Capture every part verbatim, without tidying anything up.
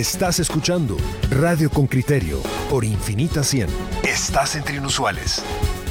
Estás escuchando Radio con Criterio por Infinita cien. Estás entre inusuales.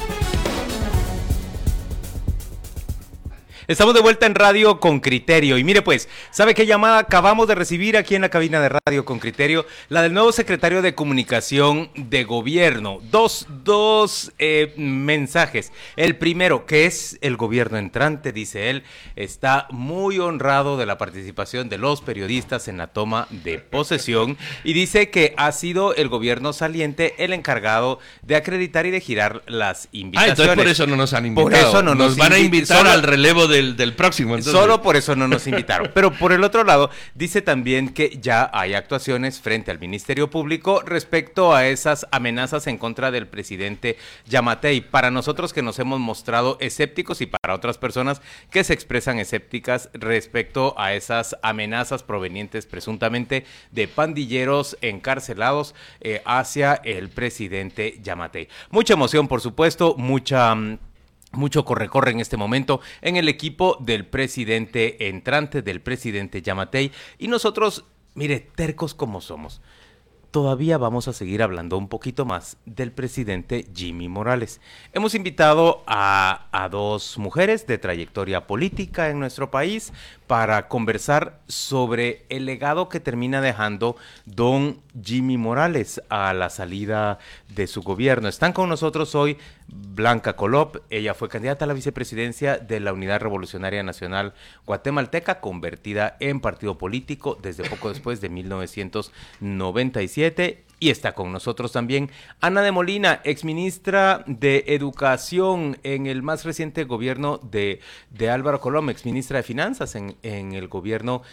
Estamos de vuelta en Radio con Criterio y mire pues, ¿sabe qué llamada acabamos de recibir aquí en la cabina de Radio con Criterio? La del nuevo secretario de Comunicación de Gobierno. Dos, dos eh, mensajes. El primero, que es el gobierno entrante, dice él, está muy honrado de la participación de los periodistas en la toma de posesión y dice que ha sido el gobierno saliente el encargado de acreditar y de girar las invitaciones. Ah, entonces por eso no nos han invitado. Por eso no nos, nos van a invitar solo, al relevo de Del, del próximo. Entonces. Solo por eso no nos invitaron. Pero por el otro lado, dice también que ya hay actuaciones frente al Ministerio Público respecto a esas amenazas en contra del presidente Giammattei. Para nosotros que nos hemos mostrado escépticos y para otras personas que se expresan escépticas respecto a esas amenazas provenientes presuntamente de pandilleros encarcelados eh, hacia el presidente Giammattei. Mucha emoción, por supuesto, mucha... Mucho corre-corre en este momento en el equipo del presidente entrante, del presidente Giammattei. Y nosotros, mire, tercos como somos, todavía vamos a seguir hablando un poquito más del presidente Jimmy Morales. Hemos invitado a, a dos mujeres de trayectoria política en nuestro país para conversar sobre el legado que termina dejando don Jimmy Morales a la salida de su gobierno. Están con nosotros hoy Blanca Colop. Ella fue candidata a la vicepresidencia de la Unidad Revolucionaria Nacional Guatemalteca, convertida en partido político desde poco después de mil novecientos noventa y siete. Y está con nosotros también Ana de Molina, exministra de Educación en el más reciente gobierno de, de Álvaro Colom, exministra de Finanzas en, en el gobierno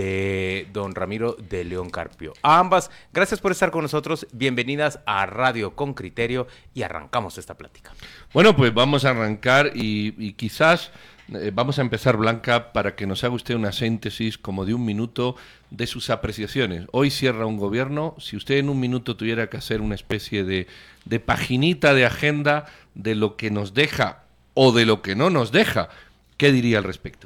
de don Ramiro de León Carpio. A ambas, gracias por estar con nosotros, bienvenidas a Radio con Criterio y arrancamos esta plática. Bueno, pues vamos a arrancar y, y quizás eh, vamos a empezar, Blanca, para que nos haga usted una síntesis como de un minuto de sus apreciaciones. Hoy cierra un gobierno. Si usted en un minuto tuviera que hacer una especie de, de paginita de agenda de lo que nos deja o de lo que no nos deja, ¿qué diría al respecto?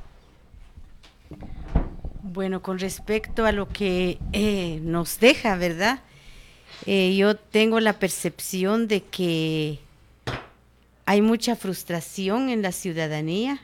Bueno, con respecto a lo que eh, nos deja, ¿verdad? Eh, yo tengo la percepción de que hay mucha frustración en la ciudadanía,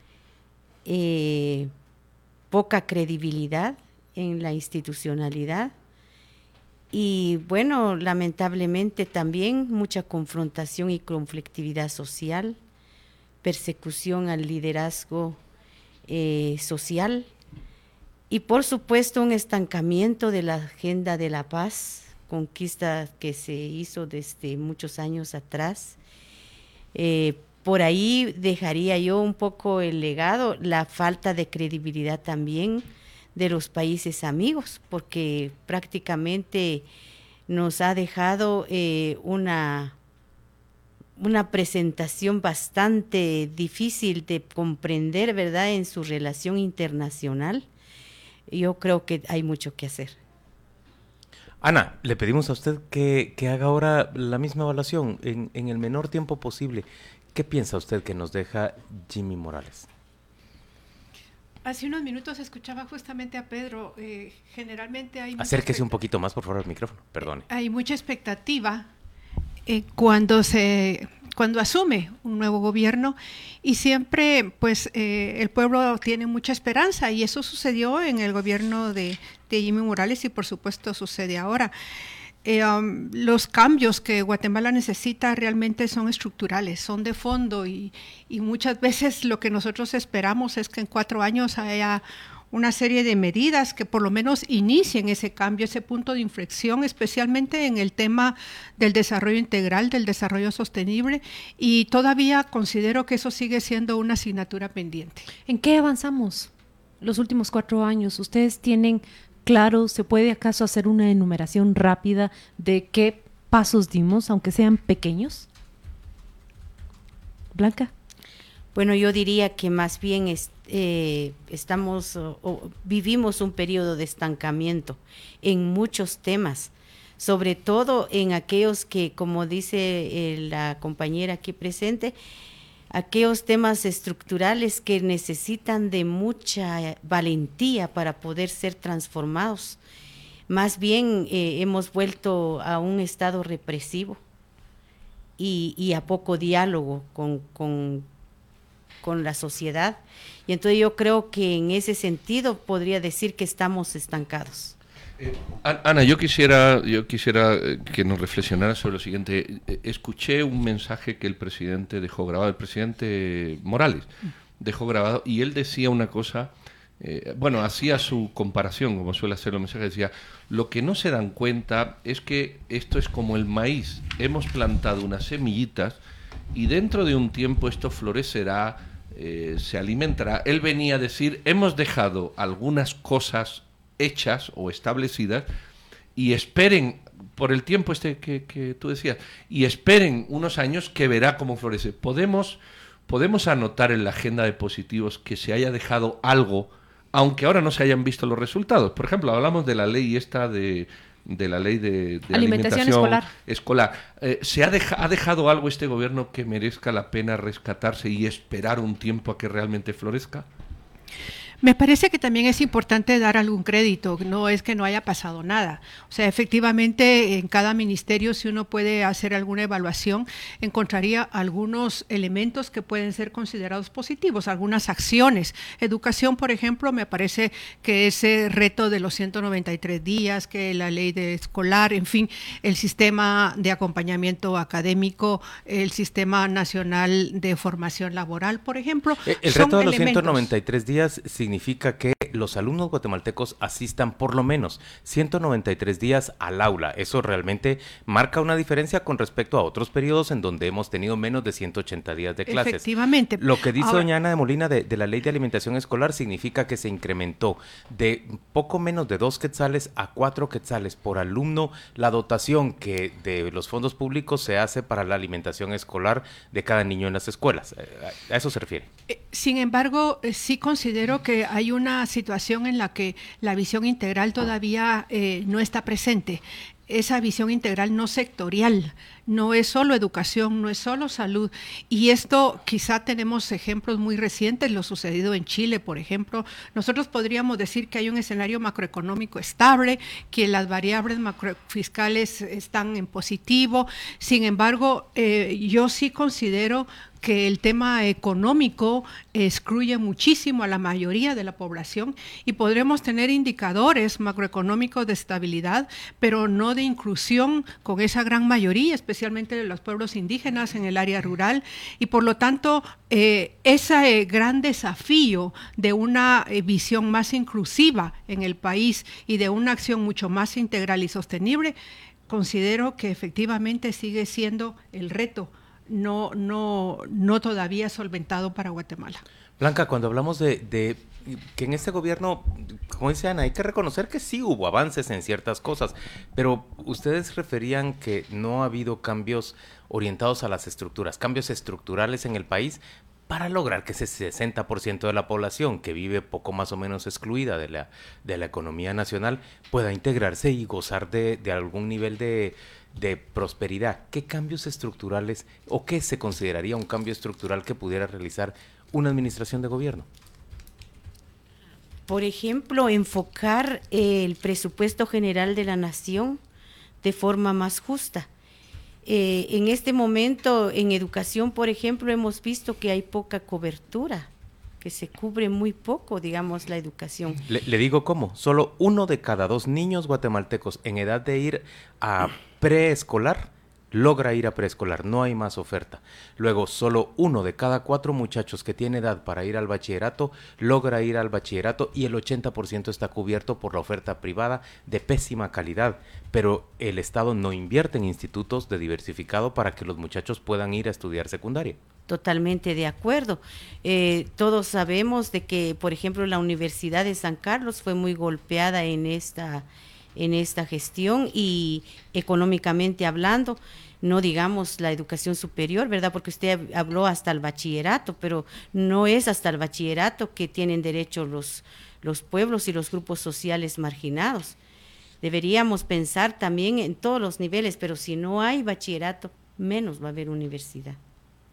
eh, poca credibilidad en la institucionalidad y, bueno, lamentablemente también mucha confrontación y conflictividad social, persecución al liderazgo eh, social y, por supuesto, un estancamiento de la agenda de la paz, conquista que se hizo desde muchos años atrás. Eh, por ahí dejaría yo un poco el legado, la falta de credibilidad también de los países amigos, porque prácticamente nos ha dejado eh, una, una presentación bastante difícil de comprender, ¿verdad?, en su relación internacional. Yo creo que hay mucho que hacer. Ana, le pedimos a usted que, que haga ahora la misma evaluación en, en el menor tiempo posible. ¿Qué piensa usted que nos deja Jimmy Morales? Hace unos minutos escuchaba justamente a Pedro. Eh, generalmente hay... Acérquese un poquito más, por favor, al micrófono. Perdone. Hay mucha expectativa eh, cuando se... cuando asume un nuevo gobierno y siempre pues eh, el pueblo tiene mucha esperanza y eso sucedió en el gobierno de, de Jimmy Morales y por supuesto sucede ahora. Eh, um, los cambios que Guatemala necesita realmente son estructurales, son de fondo y, y muchas veces lo que nosotros esperamos es que en cuatro años haya una serie de medidas que por lo menos inicien ese cambio, ese punto de inflexión, especialmente en el tema del desarrollo integral, del desarrollo sostenible, y todavía considero que eso sigue siendo una asignatura pendiente. ¿En qué avanzamos los últimos cuatro años? ¿Ustedes tienen claro, se puede acaso hacer una enumeración rápida de qué pasos dimos, aunque sean pequeños? Blanca. Bueno, yo diría que más bien es, eh, estamos o, o vivimos un periodo de estancamiento en muchos temas, sobre todo en aquellos que, como dice eh, la compañera aquí presente, aquellos temas estructurales que necesitan de mucha valentía para poder ser transformados. Más bien eh, hemos vuelto a un estado represivo y, y a poco diálogo con, con, con la sociedad. Y entonces yo creo que en ese sentido podría decir que estamos estancados. Eh, Ana, yo quisiera, yo quisiera que nos reflexionara sobre lo siguiente. Escuché un mensaje que el presidente dejó grabado, el presidente Morales dejó grabado, y él decía una cosa, eh, bueno, hacía su comparación, como suele hacer los mensajes, decía, lo que no se dan cuenta es que esto es como el maíz, hemos plantado unas semillitas y dentro de un tiempo esto florecerá, eh, se alimentará. Él venía a decir, hemos dejado algunas cosas hechas o establecidas y esperen por el tiempo este que, que tú decías y esperen unos años que verá cómo florece. Podemos, podemos anotar en la agenda de positivos que se haya dejado algo, aunque ahora no se hayan visto los resultados. Por ejemplo, hablamos de la ley esta de, de la ley de, de alimentación, alimentación escolar. escolar. Eh, ¿Se ha, deja, ha dejado algo este gobierno que merezca la pena rescatarse y esperar un tiempo a que realmente florezca? Me parece que también es importante dar algún crédito, no es que no haya pasado nada. O sea, efectivamente, en cada ministerio, si uno puede hacer alguna evaluación, encontraría algunos elementos que pueden ser considerados positivos, algunas acciones. Educación, por ejemplo, me parece que ese reto de los ciento noventa y tres días, que la ley de escolar, en fin, el sistema de acompañamiento académico, el sistema nacional de formación laboral, por ejemplo. El, el reto de los ciento noventa y tres días significa que los alumnos guatemaltecos asistan por lo menos ciento noventa y tres días al aula. Eso realmente marca una diferencia con respecto a otros periodos en donde hemos tenido menos de ciento ochenta días de clases. Efectivamente. Lo que dice Ahora, doña Ana de Molina de, de la ley de alimentación escolar significa que se incrementó de poco menos de dos quetzales a cuatro quetzales por alumno la dotación que de los fondos públicos se hace para la alimentación escolar de cada niño en las escuelas. ¿A eso se refiere? Sin embargo, sí considero que hay una situación en la que la visión integral todavía eh, no está presente. Esa visión integral no sectorial, no es solo educación, no es solo salud. Y esto quizá tenemos ejemplos muy recientes, lo sucedido en Chile, por ejemplo. Nosotros podríamos decir que hay un escenario macroeconómico estable, que las variables macrofiscales están en positivo. Sin embargo, eh, yo sí considero que el tema económico excluye muchísimo a la mayoría de la población y podremos tener indicadores macroeconómicos de estabilidad, pero no de inclusión con esa gran mayoría, especialmente de los pueblos indígenas en el área rural, y por lo tanto eh, ese gran desafío de una eh, visión más inclusiva en el país y de una acción mucho más integral y sostenible, considero que efectivamente sigue siendo el reto no, no, no todavía solventado para Guatemala. Blanca, cuando hablamos de, de que en este gobierno, como dice Ana, hay que reconocer que sí hubo avances en ciertas cosas, pero ustedes referían que no ha habido cambios orientados a las estructuras, cambios estructurales en el país para lograr que ese sesenta por ciento de la población que vive poco más o menos excluida de la, de la economía nacional pueda integrarse y gozar de, de algún nivel de, de prosperidad. ¿Qué cambios estructurales o qué se consideraría un cambio estructural que pudiera realizar una administración de gobierno? Por ejemplo, enfocar el presupuesto general de la nación de forma más justa. Eh, en este momento, en educación, por ejemplo, hemos visto que hay poca cobertura, que se cubre muy poco, digamos, la educación. Le, le digo cómo, solo uno de cada dos niños guatemaltecos en edad de ir a preescolar logra ir a preescolar, no hay más oferta. Luego, solo uno de cada cuatro muchachos que tiene edad para ir al bachillerato logra ir al bachillerato y el ochenta por ciento está cubierto por la oferta privada de pésima calidad, pero el Estado no invierte en institutos de diversificado para que los muchachos puedan ir a estudiar secundaria. Totalmente de acuerdo. Eh, todos sabemos de que, por ejemplo, la Universidad de San Carlos fue muy golpeada en esta en esta gestión y económicamente hablando, no digamos la educación superior, ¿verdad? Porque usted habló hasta el bachillerato, pero no es hasta el bachillerato que tienen derecho los, los pueblos y los grupos sociales marginados. Deberíamos pensar también en todos los niveles, pero si no hay bachillerato, menos va a haber universidad.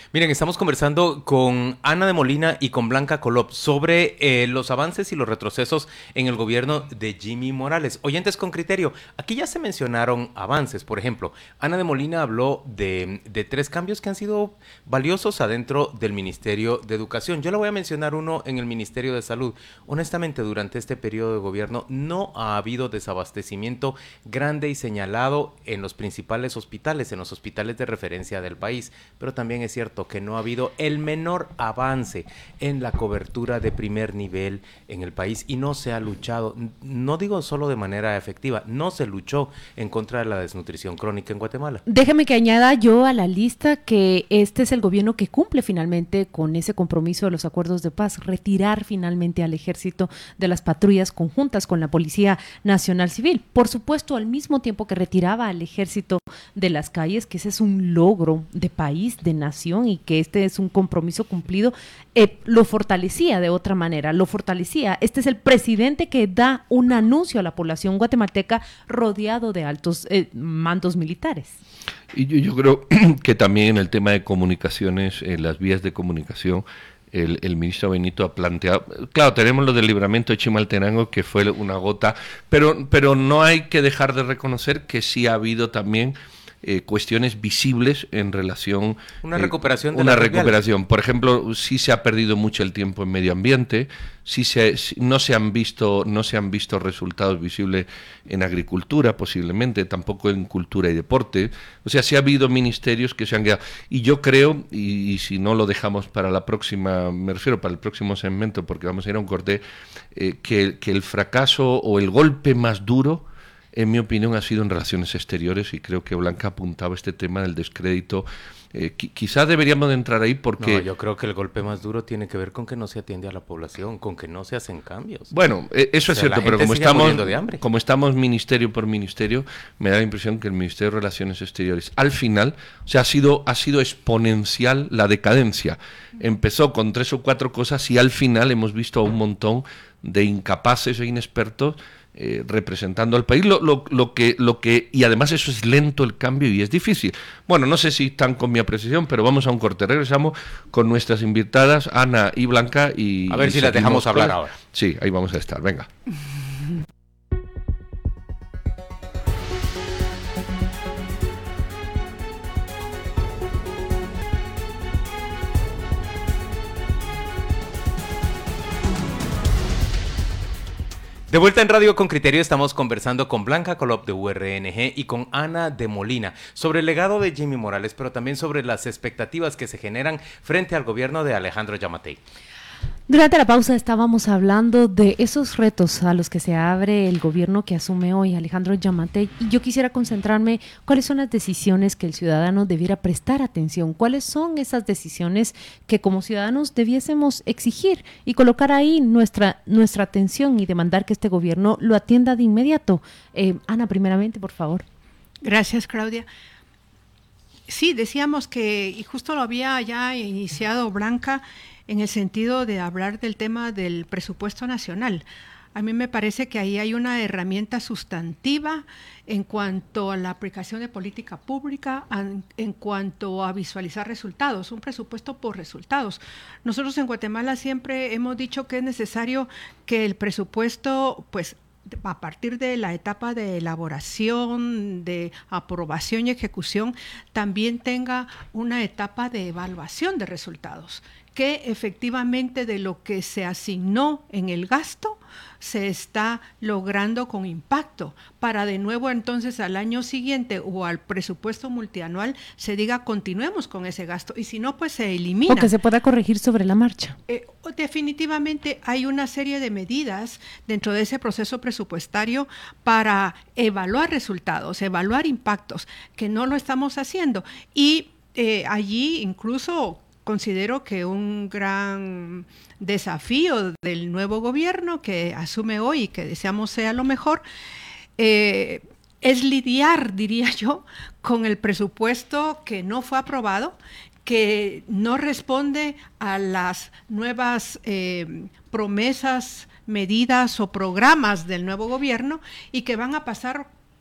Miren, estamos conversando con Ana de Molina y con Blanca Colop sobre eh, los avances y los retrocesos en el gobierno de Jimmy Morales. Oyentes con criterio, aquí ya se mencionaron avances. Por ejemplo, Ana de Molina habló de, de tres cambios que han sido valiosos adentro del Ministerio de Educación. Yo le voy a mencionar uno en el Ministerio de Salud. Honestamente, durante este periodo de gobierno no ha habido desabastecimiento grande y señalado en los principales hospitales, en los hospitales de referencia del país, pero también es cierto que no ha habido el menor avance en la cobertura de primer nivel en el país y no se ha luchado, no digo solo de manera efectiva, no se luchó en contra de la desnutrición crónica en Guatemala. Déjeme que añada yo a la lista que este es el gobierno que cumple finalmente con ese compromiso de los acuerdos de paz, retirar finalmente al ejército de las patrullas conjuntas con la Policía Nacional Civil. Por supuesto, al mismo tiempo que retiraba al ejército de las calles, que ese es un logro de país, de nación, y que este es un compromiso cumplido, eh, lo fortalecía de otra manera, lo fortalecía. Este es el presidente que da un anuncio a la población guatemalteca rodeado de altos eh, mandos militares. Y yo, yo creo que también en el tema de comunicaciones, en las vías de comunicación, el, el ministro Benito ha planteado, claro, tenemos lo del libramiento de Chimaltenango, que fue una gota, pero, pero no hay que dejar de reconocer que sí ha habido también Eh, cuestiones visibles en relación una eh, recuperación de una la recuperación por ejemplo, sí se ha perdido mucho el tiempo en medio ambiente, sí se sí, no se han visto no se han visto resultados visibles en agricultura, posiblemente tampoco en cultura y deporte. O sea, sí ha habido ministerios que se han quedado, y yo creo, y, y si no lo dejamos para la próxima, me refiero para el próximo segmento, porque vamos a ir a un corte, eh, que, que el fracaso o el golpe más duro, en mi opinión, ha sido en relaciones exteriores, y creo que Blanca apuntaba este tema del descrédito. Eh, qui- quizás deberíamos de entrar ahí porque... No, yo creo que el golpe más duro tiene que ver con que no se atiende a la población, con que no se hacen cambios. Bueno, eh, eso O es sea, cierto, la pero gente como sigue estamos, muriendo de hambre. como estamos ministerio por ministerio, me da la impresión que el Ministerio de Relaciones Exteriores, al final, o sea, ha sido, ha sido exponencial la decadencia. Empezó con tres o cuatro cosas y al final hemos visto a un montón de incapaces e inexpertos Eh, representando al país, lo, lo, lo que, lo que, y además eso es lento el cambio y es difícil. Bueno, no sé si están con mi apreciación, pero vamos a un corte. Regresamos con nuestras invitadas, Ana y Blanca, y a ver y si las dejamos seguimos hablar con... ahora. Sí, ahí vamos a estar, venga. De vuelta en Radio con Criterio, estamos conversando con Blanca Colop de U R N G y con Ana de Molina sobre el legado de Jimmy Morales, pero también sobre las expectativas que se generan frente al gobierno de Alejandro Yamatei. Durante la pausa estábamos hablando de esos retos a los que se abre el gobierno que asume hoy Alejandro Yamatei, y yo quisiera concentrarme cuáles son las decisiones que el ciudadano debiera prestar atención, cuáles son esas decisiones que como ciudadanos debiésemos exigir y colocar ahí nuestra, nuestra atención y demandar que este gobierno lo atienda de inmediato. Eh, Ana, primeramente, por favor. Gracias, Claudia. Sí, decíamos que, y justo lo había ya iniciado Blanca, en el sentido de hablar del tema del presupuesto nacional. A mí me parece que ahí hay una herramienta sustantiva en cuanto a la aplicación de política pública, en, en cuanto a visualizar resultados, un presupuesto por resultados. Nosotros en Guatemala siempre hemos dicho que es necesario que el presupuesto, pues, a partir de la etapa de elaboración, de aprobación y ejecución, también tenga una etapa de evaluación de resultados, que efectivamente de lo que se asignó en el gasto se está logrando con impacto, para de nuevo entonces al año siguiente o al presupuesto multianual se diga continuemos con ese gasto, y si no, pues se elimina. O que se pueda corregir sobre la marcha. Eh, definitivamente hay una serie de medidas dentro de ese proceso presupuestario para evaluar resultados, evaluar impactos, que no lo estamos haciendo. Y eh, allí incluso considero que un gran desafío del nuevo gobierno que asume hoy y que deseamos sea lo mejor, eh, es lidiar, diría yo, con el presupuesto que no fue aprobado, que no responde a las nuevas eh, promesas, medidas o programas del nuevo gobierno, y que van a pasar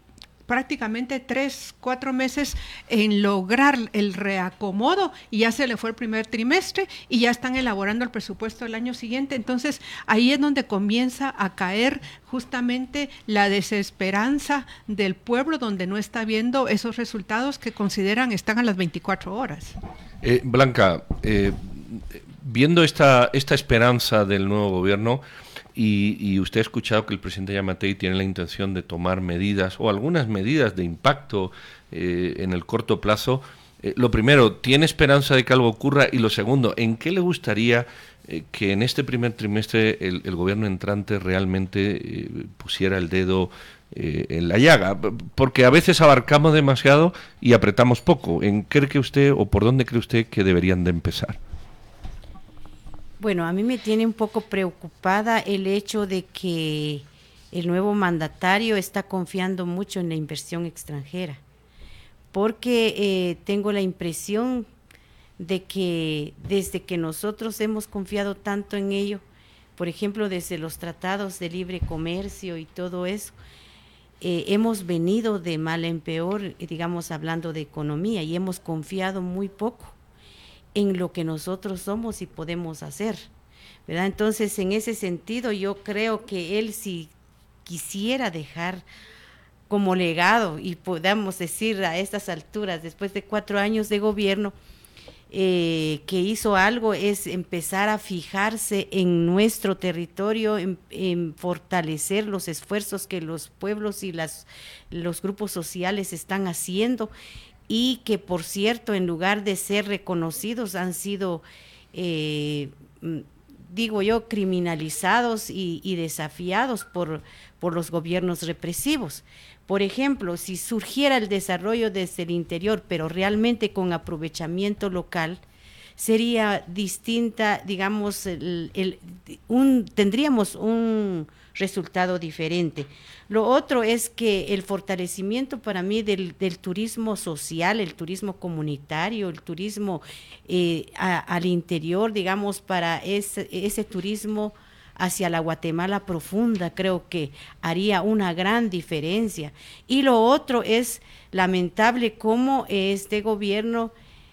prácticamente tres, cuatro meses en lograr el reacomodo y ya se le fue el primer trimestre y ya están elaborando el presupuesto del año siguiente. Entonces ahí es donde comienza a caer justamente la desesperanza del pueblo, donde no está viendo esos resultados que consideran están a las veinticuatro horas. Eh, Blanca, eh, viendo esta, esta esperanza del nuevo gobierno, y, y usted ha escuchado que el presidente Giammattei tiene la intención de tomar medidas o algunas medidas de impacto eh, en el corto plazo, eh, lo primero, ¿tiene esperanza de que algo ocurra? Y lo segundo, ¿en qué le gustaría eh, que en este primer trimestre el, el gobierno entrante realmente eh, pusiera el dedo eh, en la llaga? Porque a veces abarcamos demasiado y apretamos poco. ¿En qué cree usted o por dónde cree usted que deberían de empezar? Bueno, a mí me tiene un poco preocupada el hecho de que el nuevo mandatario está confiando mucho en la inversión extranjera, porque eh, tengo la impresión de que desde que nosotros hemos confiado tanto en ello, por ejemplo, desde los tratados de libre comercio y todo eso, eh, hemos venido de mal en peor, digamos, hablando de economía, y hemos confiado muy poco en lo que nosotros somos y podemos hacer, ¿verdad? Entonces, en ese sentido, yo creo que él, si quisiera dejar como legado, y podamos decir a estas alturas, después de cuatro años de gobierno, eh, que hizo algo, es empezar a fijarse en nuestro territorio, en, en fortalecer los esfuerzos que los pueblos y las, los grupos sociales están haciendo, y que, por cierto, en lugar de ser reconocidos, han sido, eh, digo yo, criminalizados y, y desafiados por, por los gobiernos represivos. Por ejemplo, si surgiera el desarrollo desde el interior, pero realmente con aprovechamiento local, sería distinta, digamos, el, el, un, tendríamos un resultado diferente. Lo otro es que el fortalecimiento para mí del, del turismo social, el turismo comunitario, el turismo eh, a, al interior, digamos, para ese, ese turismo hacia la Guatemala profunda, creo que haría una gran diferencia. Y lo otro es lamentable cómo este gobierno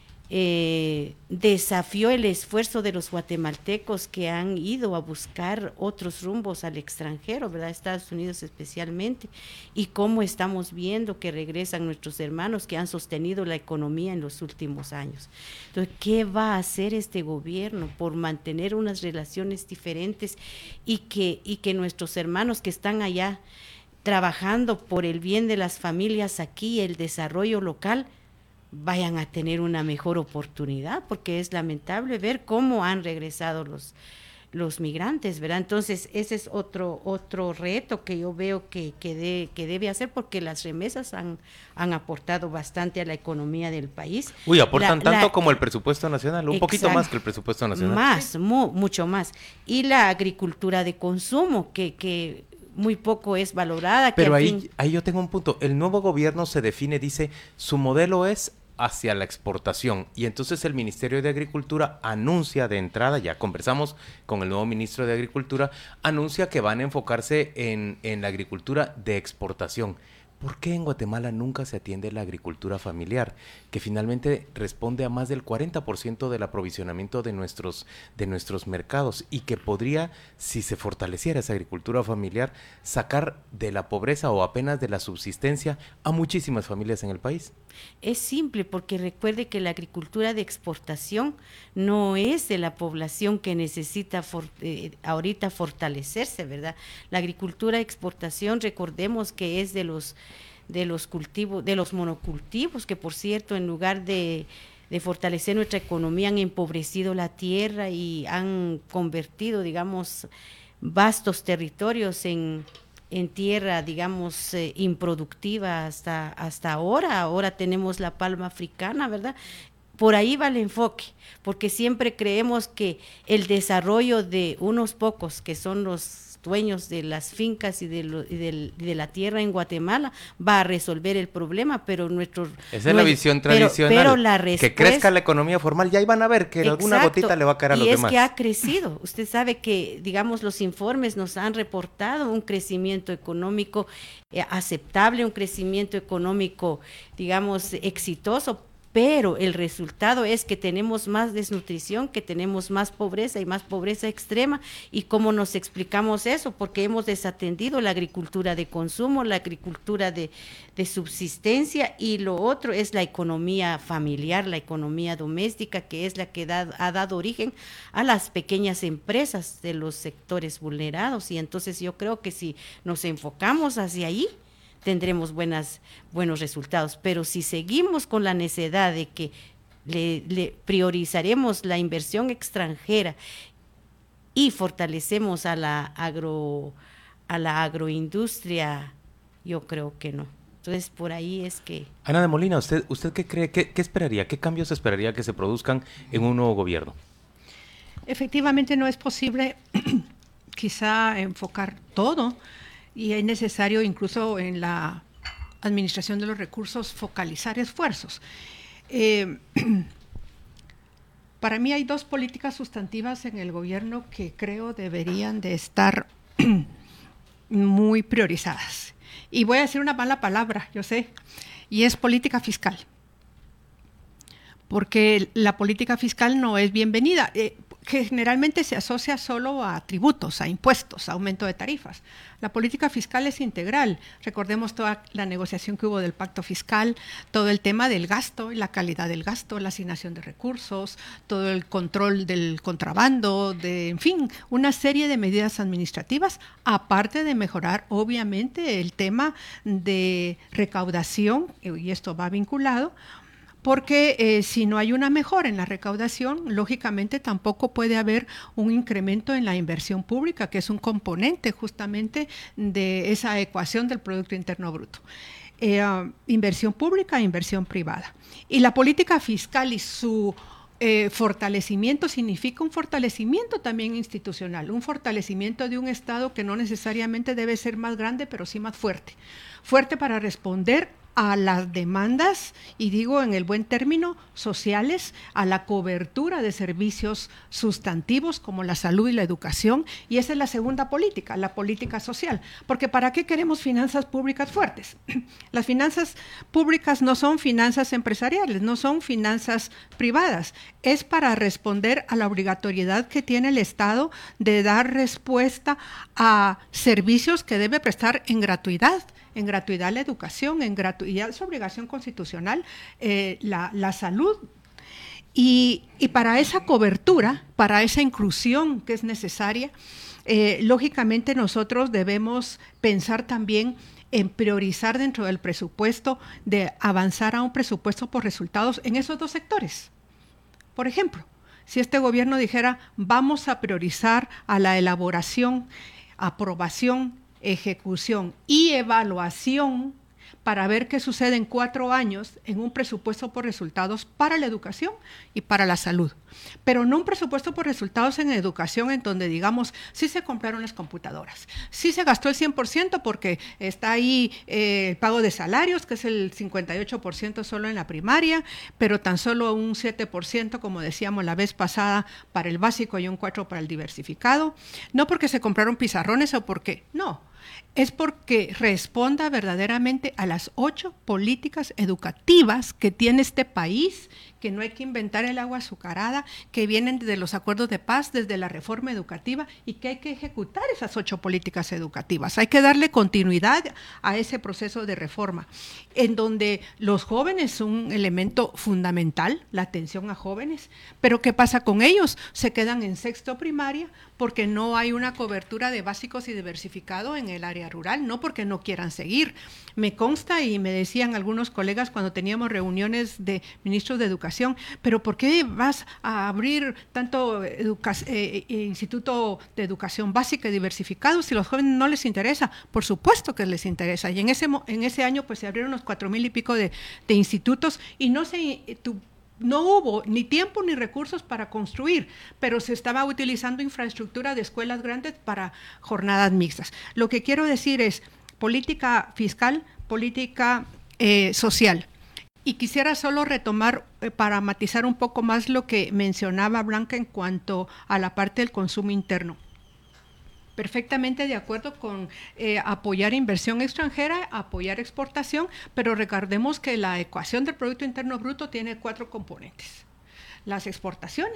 Eh, desafió el esfuerzo de los guatemaltecos que han ido a buscar otros rumbos al extranjero, ¿verdad? Estados Unidos especialmente, y cómo estamos viendo que regresan nuestros hermanos que han sostenido la economía en los últimos años. Entonces, ¿qué va a hacer este gobierno por mantener unas relaciones diferentes y que, y que nuestros hermanos que están allá trabajando por el bien de las familias aquí, el desarrollo local, vayan a tener una mejor oportunidad? Porque es lamentable ver cómo han regresado los, los migrantes, ¿verdad? Entonces, ese es otro otro reto que yo veo que, que, de, que debe hacer, porque las remesas han, han aportado bastante a la economía del país. Uy, aportan la, tanto la, como el presupuesto nacional, un exacto, poquito más que el presupuesto nacional. Más, mu, mucho más. Y la agricultura de consumo, que... que muy poco es valorada. Pero que ahí, fin... ahí yo tengo un punto. El nuevo gobierno se define, dice, su modelo es hacia la exportación, y entonces el Ministerio de Agricultura anuncia de entrada, ya conversamos con el nuevo ministro de Agricultura, anuncia que van a enfocarse en, en la agricultura de exportación. ¿Por qué en Guatemala nunca se atiende la agricultura familiar, que finalmente responde a más del cuarenta por ciento del aprovisionamiento de nuestros, de nuestros mercados, y que podría, si se fortaleciera esa agricultura familiar, sacar de la pobreza o apenas de la subsistencia a muchísimas familias en el país? Es simple, porque recuerde que la agricultura de exportación no es de la población que necesita for, eh, ahorita fortalecerse, ¿verdad? La agricultura de exportación, recordemos que es de los de los cultivos, de los monocultivos, que por cierto, en lugar de, de fortalecer nuestra economía, han empobrecido la tierra y han convertido, digamos, vastos territorios en en tierra, digamos, eh, improductiva hasta, hasta ahora. Ahora tenemos la palma africana, ¿verdad? Por ahí va el enfoque, porque siempre creemos que el desarrollo de unos pocos, que son los dueños de las fincas y de, lo, y de, de la tierra en Guatemala va a resolver el problema, pero nuestro... Esa es la visión tradicional, pero, pero la respuesta, que crezca la economía formal, ya iban a ver que exacto, alguna gotita le va a caer a los y demás. es que ha crecido, usted sabe que, digamos, los informes nos han reportado un crecimiento económico eh, aceptable, un crecimiento económico, digamos, exitoso, pero el resultado es que tenemos más desnutrición, que tenemos más pobreza y más pobreza extrema. ¿Y cómo nos explicamos eso? Porque hemos desatendido la agricultura de consumo, la agricultura de, de subsistencia, y lo otro es la economía familiar, la economía doméstica, que es la que da, ha dado origen a las pequeñas empresas de los sectores vulnerados. Y entonces yo creo que si nos enfocamos hacia ahí, tendremos buenas, buenos resultados. Pero si seguimos con la necedad de que le, le priorizaremos la inversión extranjera y fortalecemos a la agro, a la agroindustria, yo creo que no. Entonces, por ahí es que... Ana de Molina, ¿usted, usted qué cree? ¿Qué, qué esperaría? ¿Qué cambios esperaría que se produzcan en un nuevo gobierno? Efectivamente no es posible quizá enfocar todo, y es necesario incluso en la administración de los recursos focalizar esfuerzos. Eh, para mí hay dos políticas sustantivas en el gobierno que creo deberían de estar muy priorizadas. Y voy a decir una mala palabra, yo sé, y es política fiscal. Porque la política fiscal no es bienvenida. Eh, que generalmente se asocia solo a tributos, a impuestos, a aumento de tarifas. La política fiscal es integral. Recordemos toda la negociación que hubo del pacto fiscal, todo el tema del gasto y la calidad del gasto, la asignación de recursos, todo el control del contrabando, de, en fin, una serie de medidas administrativas, aparte de mejorar, obviamente, el tema de recaudación, y esto va vinculado, porque eh, si no hay una mejora en la recaudación, lógicamente tampoco puede haber un incremento en la inversión pública, que es un componente justamente de esa ecuación del Producto Interno Bruto. Eh, uh, inversión pública e inversión privada. Y la política fiscal y su eh, fortalecimiento significa un fortalecimiento también institucional, un fortalecimiento de un Estado que no necesariamente debe ser más grande, pero sí más fuerte. Fuerte para responder a las demandas, y digo en el buen término, sociales, a la cobertura de servicios sustantivos como la salud y la educación, y esa es la segunda política, la política social. Porque ¿para qué queremos finanzas públicas fuertes? Las finanzas públicas no son finanzas empresariales, no son finanzas privadas, es para responder a la obligatoriedad que tiene el Estado de dar respuesta a servicios que debe prestar en gratuidad, en gratuidad la educación, en gratuidad su obligación constitucional, eh, la, la salud. Y, y para esa cobertura, para esa inclusión que es necesaria, eh, lógicamente nosotros debemos pensar también en priorizar dentro del presupuesto, de avanzar a un presupuesto por resultados en esos dos sectores. Por ejemplo, si este gobierno dijera, vamos a priorizar a la elaboración, aprobación, ejecución y evaluación para ver qué sucede en cuatro años en un presupuesto por resultados para la educación y para la salud. Pero no un presupuesto por resultados en educación en donde digamos, sí se compraron las computadoras, sí se gastó el cien por ciento porque está ahí eh, el pago de salarios, que es el cincuenta y ocho por ciento solo en la primaria, pero tan solo un siete por ciento, como decíamos la vez pasada, para el básico y un cuatro por ciento para el diversificado. No porque se compraron pizarrones o porque, no. Es porque responda verdaderamente a las ocho políticas educativas que tiene este país, que no hay que inventar el agua azucarada, que vienen desde los acuerdos de paz, desde la reforma educativa, y que hay que ejecutar esas ocho políticas educativas. Hay que darle continuidad a ese proceso de reforma, en donde los jóvenes son un elemento fundamental, la atención a jóvenes, pero ¿qué pasa con ellos? Se quedan en sexto primaria porque no hay una cobertura de básicos y diversificado en el área rural, no porque no quieran seguir. Me consta, y me decían algunos colegas cuando teníamos reuniones de ministros de educación, pero ¿por qué vas a abrir tanto educa- eh, eh, instituto de educación básica y diversificado si a los jóvenes no les interesa? Por supuesto que les interesa, y en ese, en ese año pues se abrieron unos cuatro mil y pico de, de institutos, y no se tu, no hubo ni tiempo ni recursos para construir, pero se estaba utilizando infraestructura de escuelas grandes para jornadas mixtas. Lo que quiero decir es política fiscal, política eh, social. Y quisiera solo retomar eh, para matizar un poco más lo que mencionaba Blanca en cuanto a la parte del consumo interno. Perfectamente de acuerdo con eh, apoyar inversión extranjera, apoyar exportación, pero recordemos que la ecuación del Producto Interno Bruto tiene cuatro componentes: las exportaciones,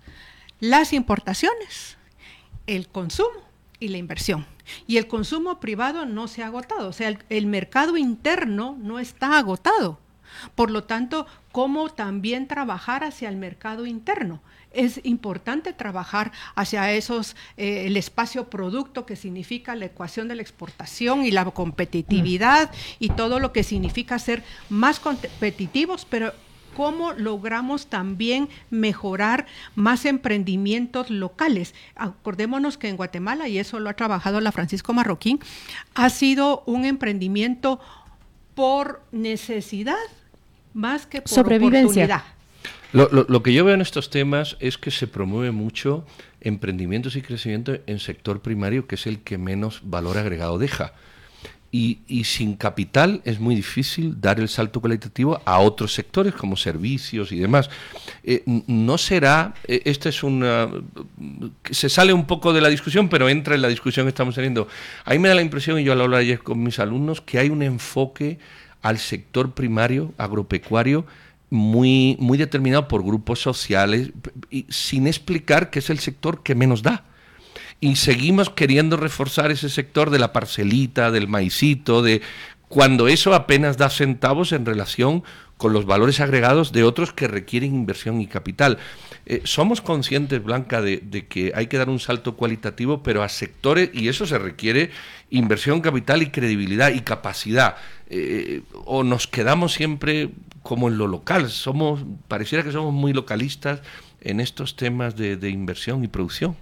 las importaciones, el consumo y la inversión. Y el consumo privado no se ha agotado, o sea, el, el mercado interno no está agotado. Por lo tanto, ¿cómo también trabajar hacia el mercado interno? Es importante trabajar hacia esos, eh, el espacio producto, que significa la ecuación de la exportación y la competitividad, mm. y todo lo que significa ser más competitivos, pero cómo logramos también mejorar más emprendimientos locales. Acordémonos que en Guatemala, y eso lo ha trabajado la Francisco Marroquín, ha sido un emprendimiento por necesidad más que por sobrevivencia. Oportunidad. Lo, lo, lo que yo veo en estos temas es que se promueve mucho emprendimientos y crecimiento en sector primario, que es el que menos valor agregado deja. Y, y sin capital es muy difícil dar el salto cualitativo a otros sectores como servicios y demás. Eh, no será, eh, esta es una, se sale un poco de la discusión, pero entra en la discusión que estamos teniendo. A mí me da la impresión, y yo lo hablaba ayer con mis alumnos, que hay un enfoque al sector primario, agropecuario, muy, muy determinado por grupos sociales, y sin explicar que es el sector que menos da. Y seguimos queriendo reforzar ese sector de la parcelita, del maicito, de cuando eso apenas da centavos en relación con los valores agregados de otros que requieren inversión y capital. Eh, somos conscientes, Blanca, de, de que hay que dar un salto cualitativo, pero a sectores, y eso se requiere inversión, capital y credibilidad y capacidad. Eh, o nos quedamos siempre como en lo local, somos, pareciera que somos muy localistas en estos temas de, de inversión y producción.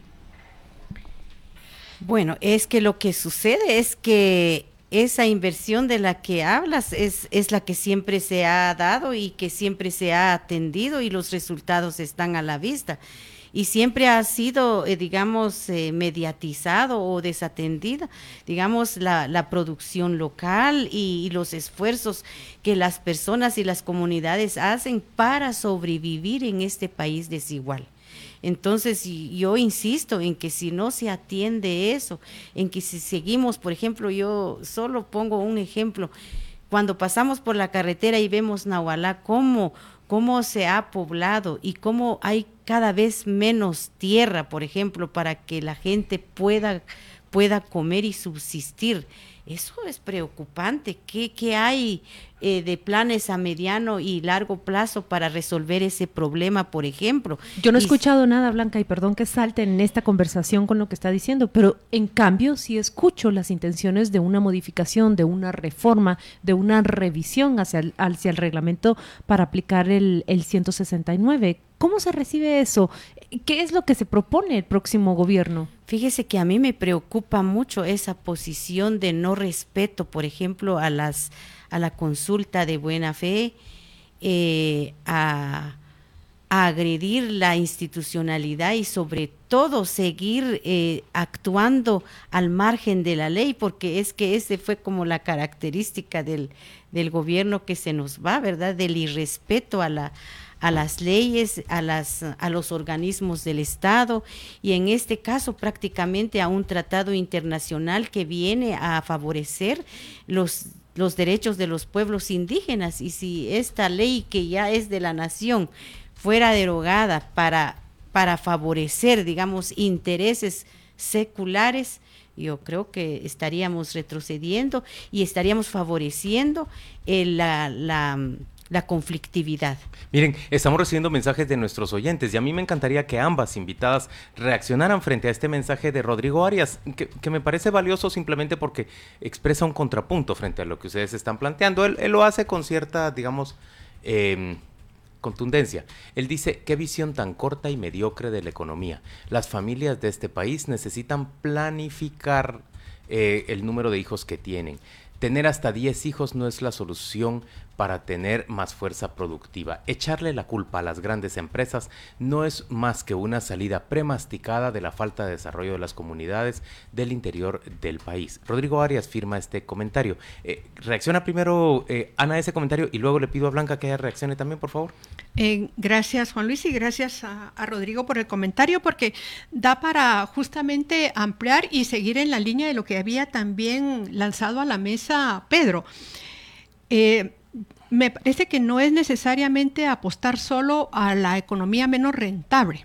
Bueno, es que lo que sucede es que esa inversión de la que hablas es, es la que siempre se ha dado y que siempre se ha atendido, y los resultados están a la vista. Y siempre ha sido, eh, digamos, eh, mediatizado o desatendida, digamos, la, la producción local y, y los esfuerzos que las personas y las comunidades hacen para sobrevivir en este país desigual. Entonces, yo insisto en que si no se atiende eso, en que si seguimos, por ejemplo, yo solo pongo un ejemplo, cuando pasamos por la carretera y vemos Nahualá, cómo, cómo se ha poblado y cómo hay cada vez menos tierra, por ejemplo, para que la gente pueda, pueda comer y subsistir. Eso es preocupante. ¿Qué, qué hay eh, de planes a mediano y largo plazo para resolver ese problema, por ejemplo? Yo no he y, escuchado nada, Blanca, y perdón que salte en esta conversación con lo que está diciendo, pero en cambio sí escucho las intenciones de una modificación, de una reforma, de una revisión hacia el, hacia el reglamento para aplicar el, el ciento sesenta y nueve. ¿Cómo se recibe eso? ¿Qué es lo que se propone el próximo gobierno? Fíjese que a mí me preocupa mucho esa posición de no respeto, por ejemplo, a las a la consulta de buena fe, eh, a, a agredir la institucionalidad y sobre todo seguir eh, actuando al margen de la ley, porque es que ese fue como la característica del, del gobierno que se nos va, ¿verdad? Del irrespeto a la a las leyes, a las a los organismos del Estado, y en este caso prácticamente a un tratado internacional que viene a favorecer los los derechos de los pueblos indígenas. Y si esta ley, que ya es de la nación, fuera derogada para para favorecer, digamos, intereses seculares, yo creo que estaríamos retrocediendo y estaríamos favoreciendo eh, la la la conflictividad. Miren, estamos recibiendo mensajes de nuestros oyentes y a mí me encantaría que ambas invitadas reaccionaran frente a este mensaje de Rodrigo Arias, que, que me parece valioso simplemente porque expresa un contrapunto frente a lo que ustedes están planteando. Él, él lo hace con cierta, digamos, eh, contundencia. Él dice: qué visión tan corta y mediocre de la economía. Las familias de este país necesitan planificar eh, el número de hijos que tienen. Tener hasta diez hijos no es la solución para tener más fuerza productiva. Echarle la culpa a las grandes empresas no es más que una salida premasticada de la falta de desarrollo de las comunidades del interior del país. Rodrigo Arias firma este comentario. Eh, reacciona primero, eh, Ana, a ese comentario y luego le pido a Blanca que ella reaccione también, por favor. Eh, gracias, Juan Luis, y gracias a, a Rodrigo por el comentario, porque da para justamente ampliar y seguir en la línea de lo que había también lanzado a la mesa Pedro. Eh, me parece que no es necesariamente apostar solo a la economía menos rentable.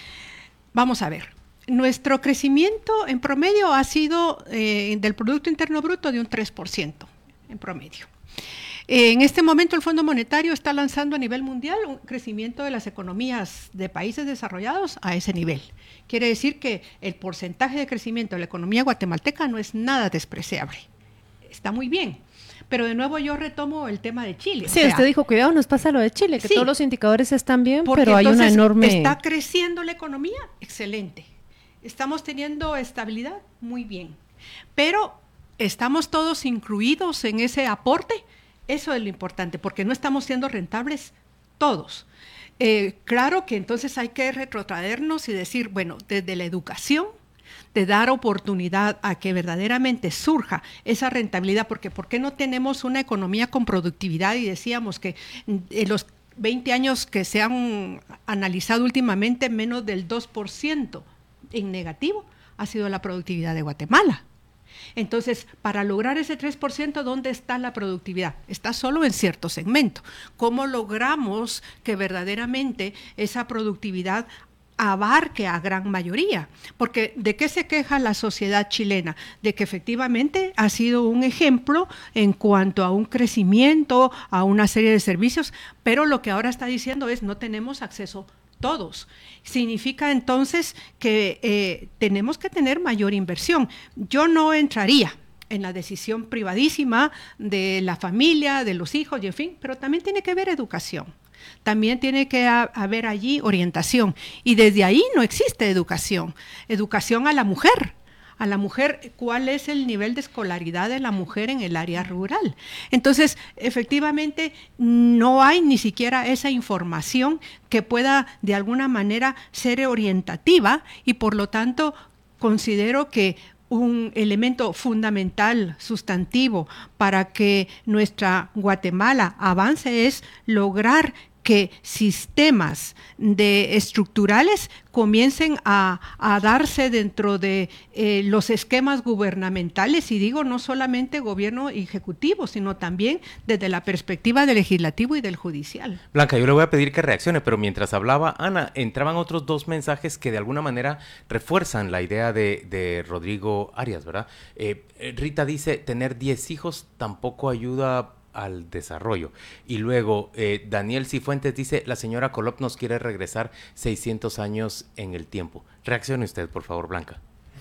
Vamos a ver, nuestro crecimiento en promedio ha sido eh, del Producto Interno Bruto de un tres por ciento en promedio. Eh, en este momento el Fondo Monetario está lanzando a nivel mundial un crecimiento de las economías de países desarrollados a ese nivel. Quiere decir que el porcentaje de crecimiento de la economía guatemalteca no es nada despreciable. Está muy bien. Pero de nuevo yo retomo el tema de Chile. Sí, o sea, usted dijo, cuidado, nos pasa lo de Chile, que sí, todos los indicadores están bien, porque pero hay una enorme... ¿está creciendo la economía? Excelente. ¿Estamos teniendo estabilidad? Muy bien. Pero ¿estamos todos incluidos en ese aporte? Eso es lo importante, porque no estamos siendo rentables todos. Eh, claro que entonces hay que retrotraernos y decir, bueno, desde la educación, de dar oportunidad a que verdaderamente surja esa rentabilidad, porque ¿por qué no tenemos una economía con productividad? Y decíamos que en los veinte años que se han analizado últimamente, menos del dos por ciento en negativo ha sido la productividad de Guatemala. Entonces, para lograr ese tres por ciento, ¿dónde está la productividad? Está solo en cierto segmento. ¿Cómo logramos que verdaderamente esa productividad abarque a gran mayoría? Porque ¿de qué se queja la sociedad chilena? De que efectivamente ha sido un ejemplo en cuanto a un crecimiento, a una serie de servicios, pero lo que ahora está diciendo es no tenemos acceso todos. Significa entonces que eh, tenemos que tener mayor inversión. Yo no entraría en la decisión privadísima de la familia, de los hijos y en fin, pero también tiene que haber educación. También tiene que haber allí orientación y desde ahí no existe educación. Educación a la mujer. A la mujer, ¿cuál es el nivel de escolaridad de la mujer en el área rural? Entonces, efectivamente, no hay ni siquiera esa información que pueda de alguna manera ser orientativa y por lo tanto considero que un elemento fundamental, sustantivo, para que nuestra Guatemala avance es lograr que sistemas de estructurales comiencen a, a darse dentro de eh, los esquemas gubernamentales, y digo no solamente gobierno ejecutivo, sino también desde la perspectiva del legislativo y del judicial. Blanca, yo le voy a pedir que reaccione, pero mientras hablaba Ana, entraban otros dos mensajes que de alguna manera refuerzan la idea de, de Rodrigo Arias, ¿verdad? Eh, Rita dice, tener diez hijos tampoco ayuda al desarrollo. Y luego eh, Daniel Cifuentes dice, la señora Colop nos quiere regresar seiscientos años en el tiempo. Reaccione usted, por favor, Blanca.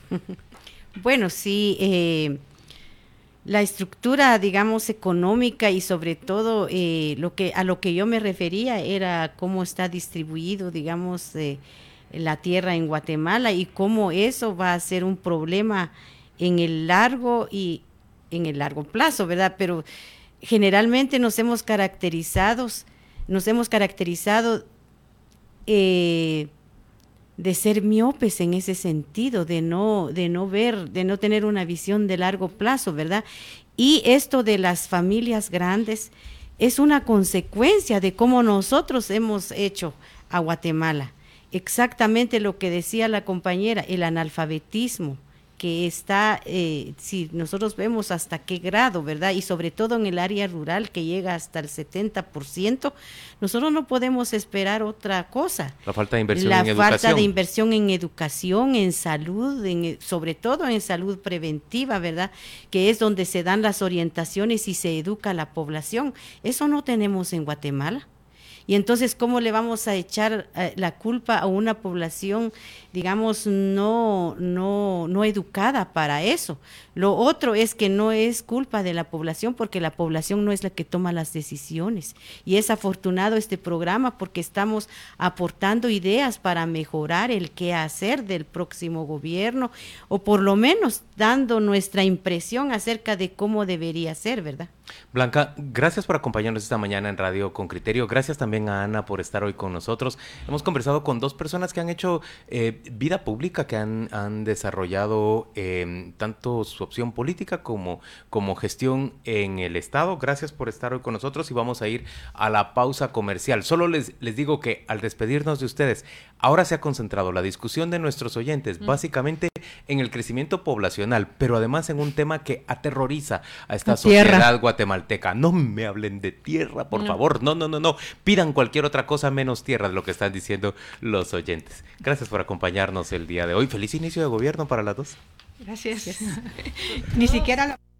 Bueno, sí, eh, la estructura, digamos, económica y sobre todo eh, lo que a lo que yo me refería era cómo está distribuido, digamos, eh, la tierra en Guatemala y cómo eso va a ser un problema en el largo y en el largo plazo, ¿verdad? Pero generalmente nos hemos caracterizado, nos hemos caracterizado eh, de ser miopes en ese sentido, de no, de no ver, de no tener una visión de largo plazo, ¿verdad? Y esto de las familias grandes es una consecuencia de cómo nosotros hemos hecho a Guatemala. Exactamente lo que decía la compañera, el analfabetismo, que está, eh, si nosotros vemos hasta qué grado, ¿verdad? Y sobre todo en el área rural que llega hasta el setenta por ciento, nosotros no podemos esperar otra cosa. La falta de inversión La en educación. La falta de inversión en educación, en salud, en, sobre todo en salud preventiva, ¿verdad? Que es donde se dan las orientaciones y se educa a la población. Eso no tenemos en Guatemala. Y entonces, ¿cómo le vamos a echar eh, la culpa a una población, digamos, no, no, no educada para eso? Lo otro es que no es culpa de la población, porque la población no es la que toma las decisiones. Y es afortunado este programa porque estamos aportando ideas para mejorar el qué hacer del próximo gobierno, o por lo menos dando nuestra impresión acerca de cómo debería ser, ¿verdad? Blanca, gracias por acompañarnos esta mañana en Radio con Criterio. Gracias también a Ana por estar hoy con nosotros. Hemos conversado con dos personas que han hecho eh, vida pública, que han, han desarrollado eh, tanto su opción política como, como gestión en el Estado. Gracias por estar hoy con nosotros y vamos a ir a la pausa comercial. Solo les, les digo que al despedirnos de ustedes, ahora se ha concentrado la discusión de nuestros oyentes mm. básicamente en el crecimiento poblacional, pero además en un tema que aterroriza a esta la sociedad tierra. guatemalteca. No me hablen de tierra, por no. favor. No, no, no, no. Pidan cualquier otra cosa menos tierra de lo que están diciendo los oyentes. Gracias por acompañarnos el día de hoy. Feliz inicio de gobierno para las dos. Gracias. Ni siquiera la...